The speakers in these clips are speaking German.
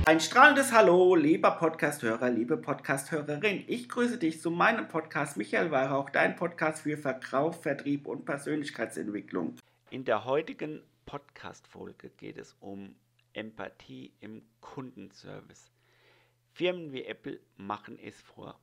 Ein strahlendes Hallo, lieber Podcasthörer, liebe Podcasthörerin. Ich grüße dich zu meinem Podcast Michael Weihrauch, dein Podcast für Verkauf, Vertrieb und Persönlichkeitsentwicklung. In der heutigen Podcast-Folge geht es um Empathie im Kundenservice. Firmen wie Apple machen es vor.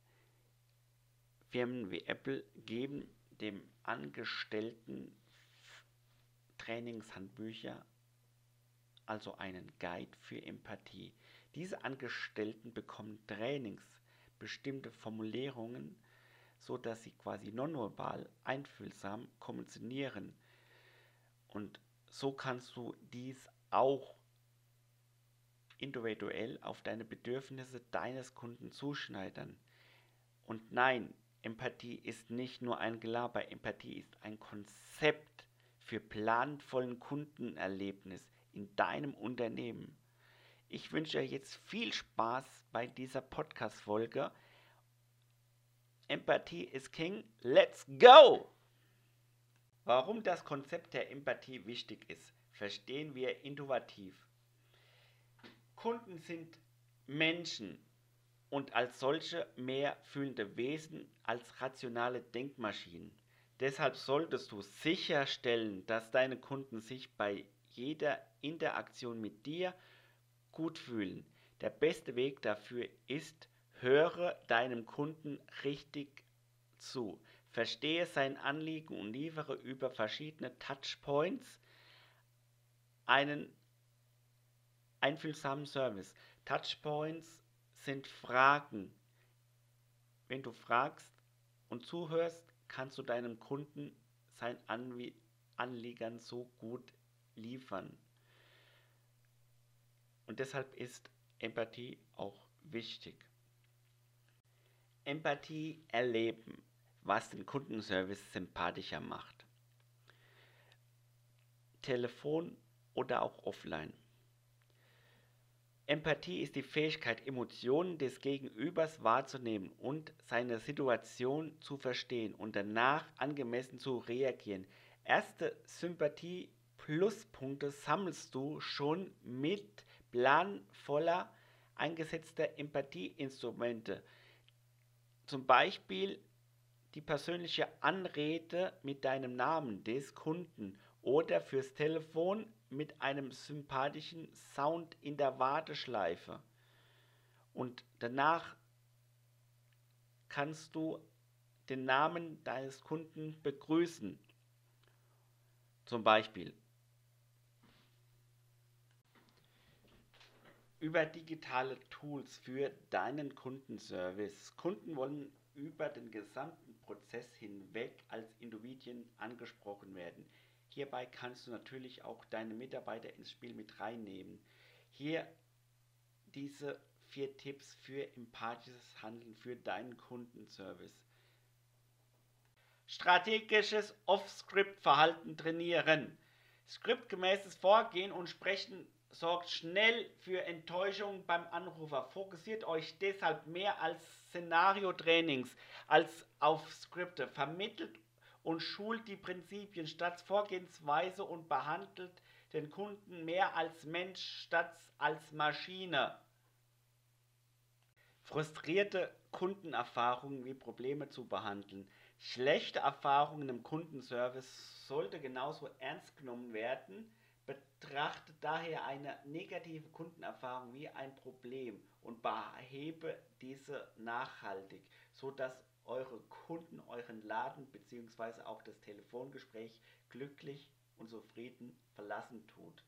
Firmen wie Apple geben dem Angestellten Trainingshandbücher, also einen Guide für Empathie. Diese Angestellten bekommen Trainings, bestimmte Formulierungen, so dass sie quasi nonverbal, einfühlsam kommunizieren. Und so kannst du dies auch individuell auf deine Bedürfnisse deines Kunden zuschneidern. Und nein, Empathie ist nicht nur ein Gelaber, Empathie ist ein Konzept für planvollen Kundenerlebnis in deinem Unternehmen. Ich wünsche dir jetzt viel Spaß bei dieser Podcast-Folge. Empathie ist King. Let's go! Warum das Konzept der Empathie wichtig ist, verstehen wir intuitiv. Kunden sind Menschen und als solche mehr fühlende Wesen als rationale Denkmaschinen. Deshalb solltest du sicherstellen, dass deine Kunden sich bei jeder Interaktion mit dir gut fühlen. Der beste Weg dafür ist, höre deinem Kunden richtig zu. Verstehe sein Anliegen und liefere über verschiedene Touchpoints einen einfühlsamen Service. Touchpoints sind Fragen. Wenn du fragst und zuhörst, kannst du deinem Kunden sein Anliegen so gut liefern. Und deshalb ist Empathie auch wichtig. Empathie erleben, was den Kundenservice sympathischer macht. Telefon oder auch offline. Empathie ist die Fähigkeit, Emotionen des Gegenübers wahrzunehmen und seine Situation zu verstehen und danach angemessen zu reagieren. Erste Sympathie-Pluspunkte sammelst du schon mit planvoller eingesetzter Empathieinstrumente. Zum Beispiel die persönliche Anrede mit deinem Namen des Kunden oder fürs Telefon mit einem sympathischen Sound in der Warteschleife. Und danach kannst du den Namen deines Kunden begrüßen. Zum Beispiel über digitale Tools für deinen Kundenservice. Kunden wollen über den gesamten Prozess hinweg als Individuen angesprochen werden. Hierbei kannst du natürlich auch deine Mitarbeiter ins Spiel mit reinnehmen. Hier diese 4 Tipps für empathisches Handeln für deinen Kundenservice. Strategisches Off-Script-Verhalten trainieren. Skriptgemäßes Vorgehen und Sprechen sorgt schnell für Enttäuschung beim Anrufer. Fokussiert euch deshalb mehr als Szenario-Trainings als auf Skripte. Vermittelt und schult die Prinzipien statt Vorgehensweise und behandelt den Kunden mehr als Mensch statt als Maschine. Frustrierte Kundenerfahrungen wie Probleme zu behandeln. Schlechte Erfahrungen im Kundenservice sollte genauso ernst genommen werden. Betrachtet daher eine negative Kundenerfahrung wie ein Problem und behebe diese nachhaltig, sodass eure Kunden euren Laden bzw. auch das Telefongespräch glücklich und zufrieden verlassen tut.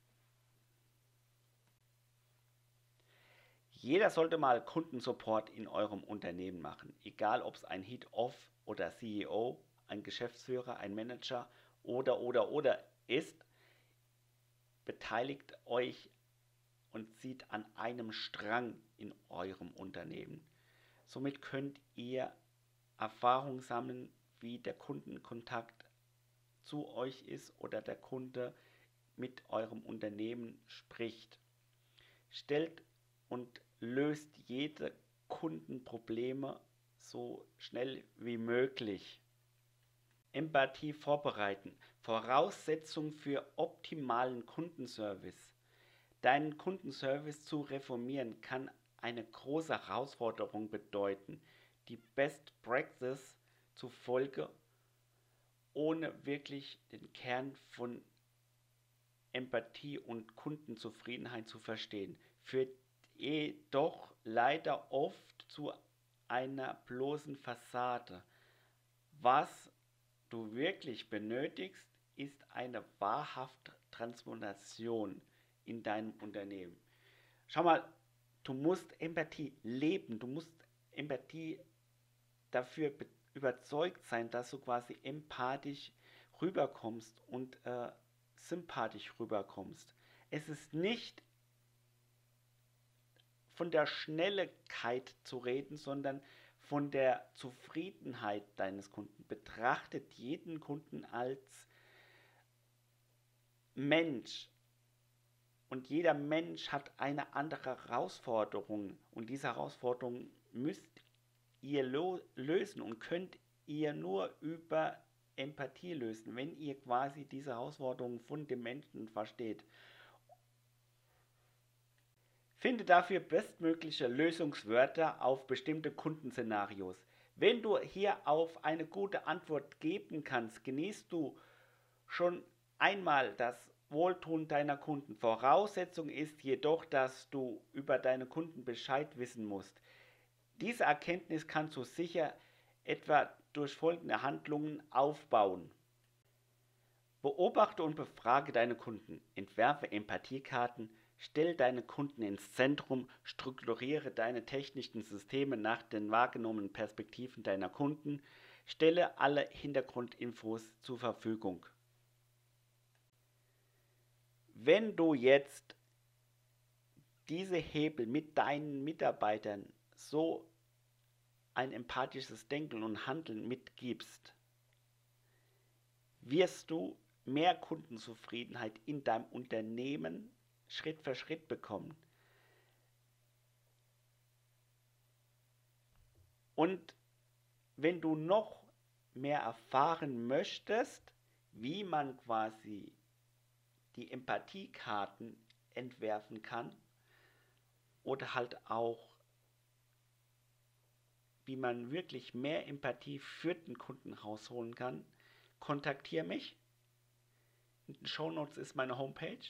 Jeder sollte mal Kundensupport in eurem Unternehmen machen, egal ob es ein Head-Off oder CEO, ein Geschäftsführer, ein Manager oder ist. Beteiligt euch und zieht an einem Strang in eurem Unternehmen. Somit könnt ihr Erfahrung sammeln, wie der Kundenkontakt zu euch ist oder der Kunde mit eurem Unternehmen spricht. Stellt und löst jede Kundenprobleme so schnell wie möglich. Empathie vorbereiten. Voraussetzung für optimalen Kundenservice. Deinen Kundenservice zu reformieren kann eine große Herausforderung bedeuten, die Best Practice zu folgen, ohne wirklich den Kern von Empathie und Kundenzufriedenheit zu verstehen, führt jedoch leider oft zu einer bloßen Fassade. Was du wirklich benötigst, ist eine wahrhafte Transformation in deinem Unternehmen. Schau mal, du musst Empathie leben, du musst Empathie dafür überzeugt sein, dass du quasi empathisch rüberkommst und sympathisch rüberkommst. Es ist nicht von der Schnelligkeit zu reden, sondern von der Zufriedenheit deines Kunden. Betrachtet jeden Kunden als Mensch. Und jeder Mensch hat eine andere Herausforderung. Und diese Herausforderung müsst ihr lösen und könnt ihr nur über Empathie lösen, wenn ihr quasi diese Herausforderung von dem Menschen versteht. Finde dafür bestmögliche Lösungswörter auf bestimmte Kundenszenarios. Wenn du hier auf eine gute Antwort geben kannst, genießt du schon einmal das Wohltun deiner Kunden. Voraussetzung ist jedoch, dass du über deine Kunden Bescheid wissen musst. Diese Erkenntnis kannst du sicher etwa durch folgende Handlungen aufbauen. Beobachte und befrage deine Kunden, entwerfe Empathiekarten, stell deine Kunden ins Zentrum, strukturiere deine technischen Systeme nach den wahrgenommenen Perspektiven deiner Kunden, stelle alle Hintergrundinfos zur Verfügung. Wenn du jetzt diese Hebel mit deinen Mitarbeitern so ein empathisches Denken und Handeln mitgibst, wirst du mehr Kundenzufriedenheit in deinem Unternehmen Schritt für Schritt bekommen. Und wenn du noch mehr erfahren möchtest, wie man quasi die Empathiekarten entwerfen kann oder halt auch, wie man wirklich mehr Empathie für den Kunden rausholen kann, kontaktiere mich. In den Shownotes ist meine Homepage.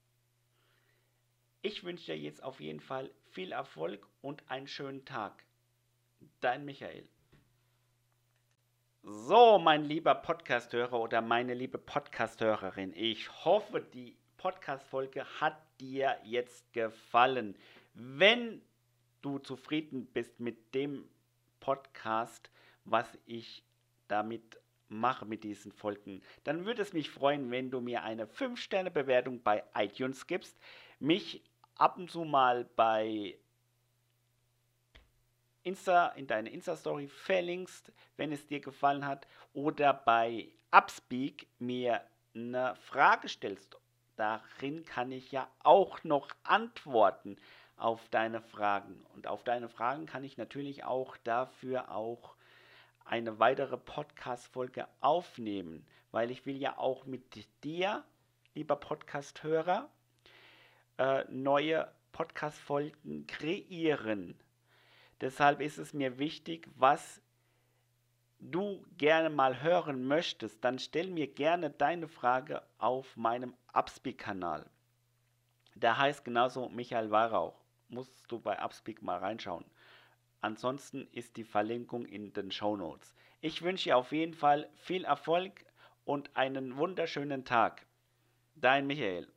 Ich wünsche dir jetzt auf jeden Fall viel Erfolg und einen schönen Tag. Dein Michael. So, mein lieber Podcasthörer oder meine liebe Podcasthörerin, ich hoffe, die Podcast-Folge hat dir jetzt gefallen. Wenn du zufrieden bist mit dem Podcast, was ich damit mache mit diesen Folgen, dann würde es mich freuen, wenn du mir eine 5-Sterne-Bewertung bei iTunes gibst, mich ab und zu mal bei in deine Insta-Story verlinkst, wenn es dir gefallen hat, oder bei Upspeak mir eine Frage stellst. Darin kann ich ja auch noch antworten auf deine Fragen. Und auf deine Fragen kann ich natürlich auch dafür auch eine weitere Podcast-Folge aufnehmen, weil ich will ja auch mit dir, lieber Podcast-Hörer, neue Podcast-Folgen kreieren. Deshalb ist es mir wichtig, was du gerne mal hören möchtest, dann stell mir gerne deine Frage auf meinem Upspeak-Kanal. Der heißt genauso Michael Weihrauch. Musst du bei Upspeak mal reinschauen. Ansonsten ist die Verlinkung in den Shownotes. Ich wünsche dir auf jeden Fall viel Erfolg und einen wunderschönen Tag. Dein Michael.